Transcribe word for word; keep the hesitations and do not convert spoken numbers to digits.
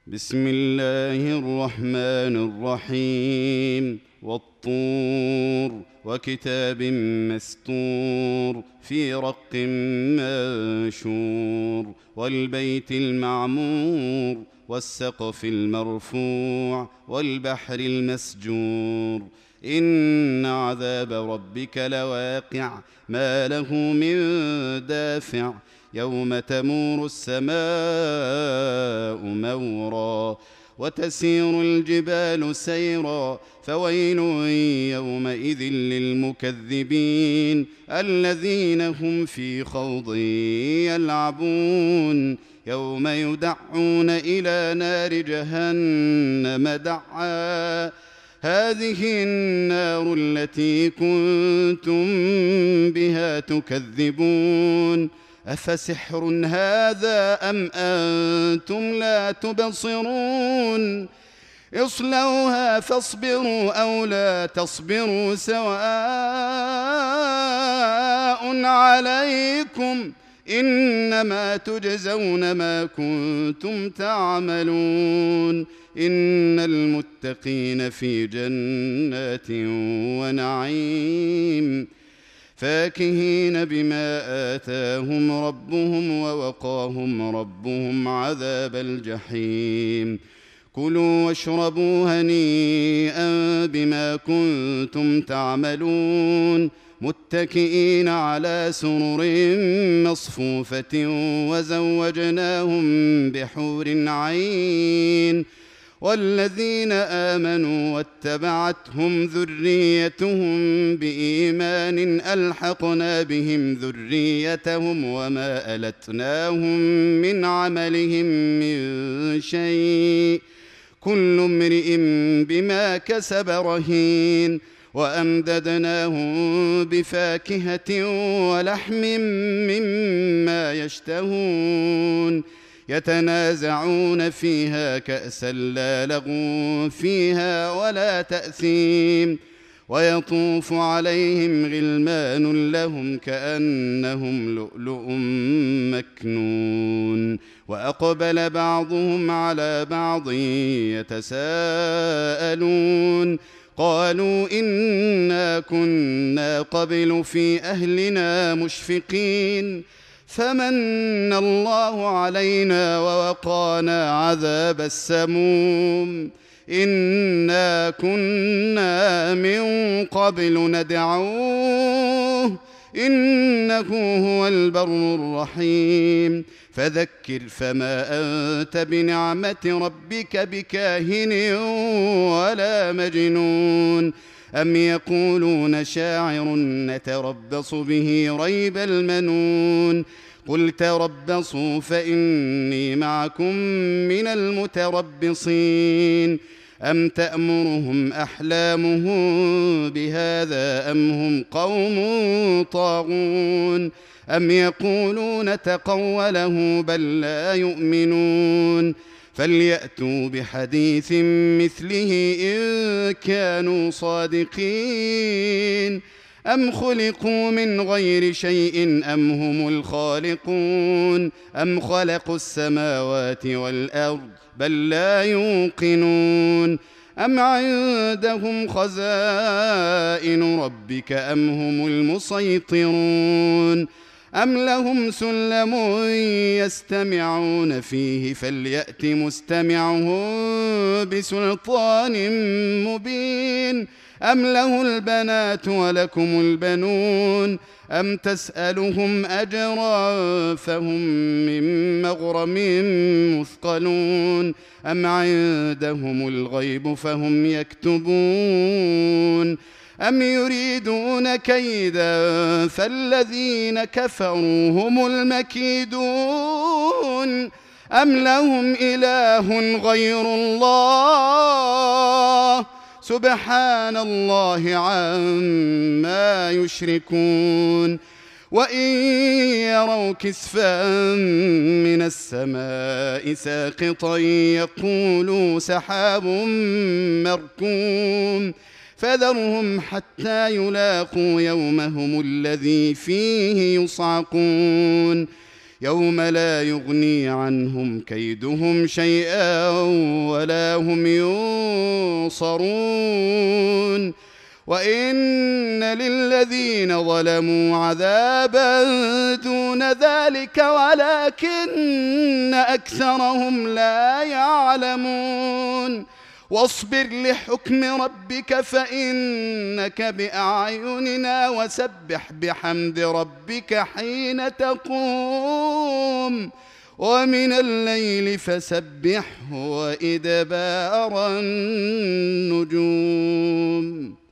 بسم الله الرحمن الرحيم والطور وكتاب مسطور في رق منشور والبيت المعمور والسقف المرفوع والبحر المسجور إن عذاب ربك لواقع ما له من دافع يوم تمور السماء مورا وتسير الجبال سيرا فويل يومئذ للمكذبين الذين هم في خوض يلعبون يوم يدعون إلى نار جهنم دعا هذه النار التي كنتم بها تكذبون أفسحر هذا أم أنتم لا تبصرون اصلوها فاصبروا أو لا تصبروا سواء عليكم إنما تجزون ما كنتم تعملون إن المتقين في جنات ونعيم فاكهين بما آتاهم ربهم ووقاهم ربهم عذاب الجحيم كلوا واشربوا هنيئا بما كنتم تعملون متكئين على سرر مصفوفة وزوجناهم بحور عين والذين آمنوا واتبعتهم ذريتهم بإيمان ألحقنا بهم ذريتهم وما ألتناهم من عملهم من شيء كل امرئ بما كسب رهين وأمددناهم بفاكهة ولحم مما يشتهون يتنازعون فيها كأسا لا لغو فيها ولا تأثيم ويطوف عليهم غلمان لهم كأنهم لؤلؤ مكنون وأقبل بعضهم على بعض يتساءلون قالوا إنا كنا قبل في أهلنا مشفقين فمن الله علينا ووقانا عذاب السموم إنا كنا من قبل ندعوه إنه هو البر الرحيم فذكر فما أنت بنعمة ربك بكاهن ولا مجنون أم يقولون شاعر نتربص به ريب المنون قل تربصوا فإني معكم من المتربصين أم تأمرهم أحلامهم بهذا أم هم قوم طاغون أم يقولون تقوله بل لا يؤمنون فليأتوا بحديث مثله إن كانوا صادقين أم خلقوا من غير شيء أم هم الخالقون أم خلقوا السماوات والأرض بل لا يوقنون أم عندهم خزائن ربك أم هم المسيطرون أم لهم سلم يستمعون فيه فليأت مستمعهم بسلطان مبين أم له البنات ولكم البنون أم تسألهم أجرا فهم من مغرم مثقلون أم عندهم الغيب فهم يكتبون أم يريدون كيدا فالذين كفروا هم المكيدون أم لهم إله غير الله سبحان الله عما يشركون وإن يروا كسفا من السماء ساقطا يقولوا سحاب مركوم فذرهم حتى يلاقوا يومهم الذي فيه يصعقون يوم لا يغني عنهم كيدهم شيئا ولا هم ينصرون وإن للذين ظلموا عذابا دون ذلك ولكن أكثرهم لا يعلمون واصبر لحكم ربك فإنك بأعيننا وسبح بحمد ربك حين تقوم ومن الليل فسبحه وإدبار النجوم.